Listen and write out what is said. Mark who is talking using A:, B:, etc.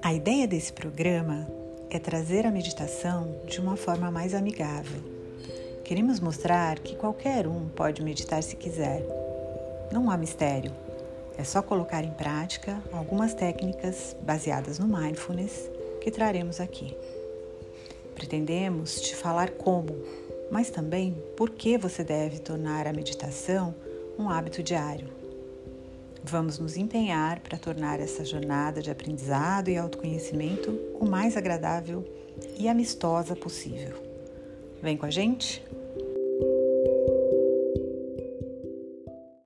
A: A ideia desse programa é trazer a meditação de uma forma mais amigável. Queremos mostrar que qualquer um pode meditar se quiser. Não há mistério, é só colocar em prática algumas técnicas baseadas no mindfulness que traremos aqui. Pretendemos te falar como, mas também por que você deve tornar a meditação um hábito diário. Vamos nos empenhar para tornar essa jornada de aprendizado e autoconhecimento o mais agradável e amistosa possível. Vem com a gente?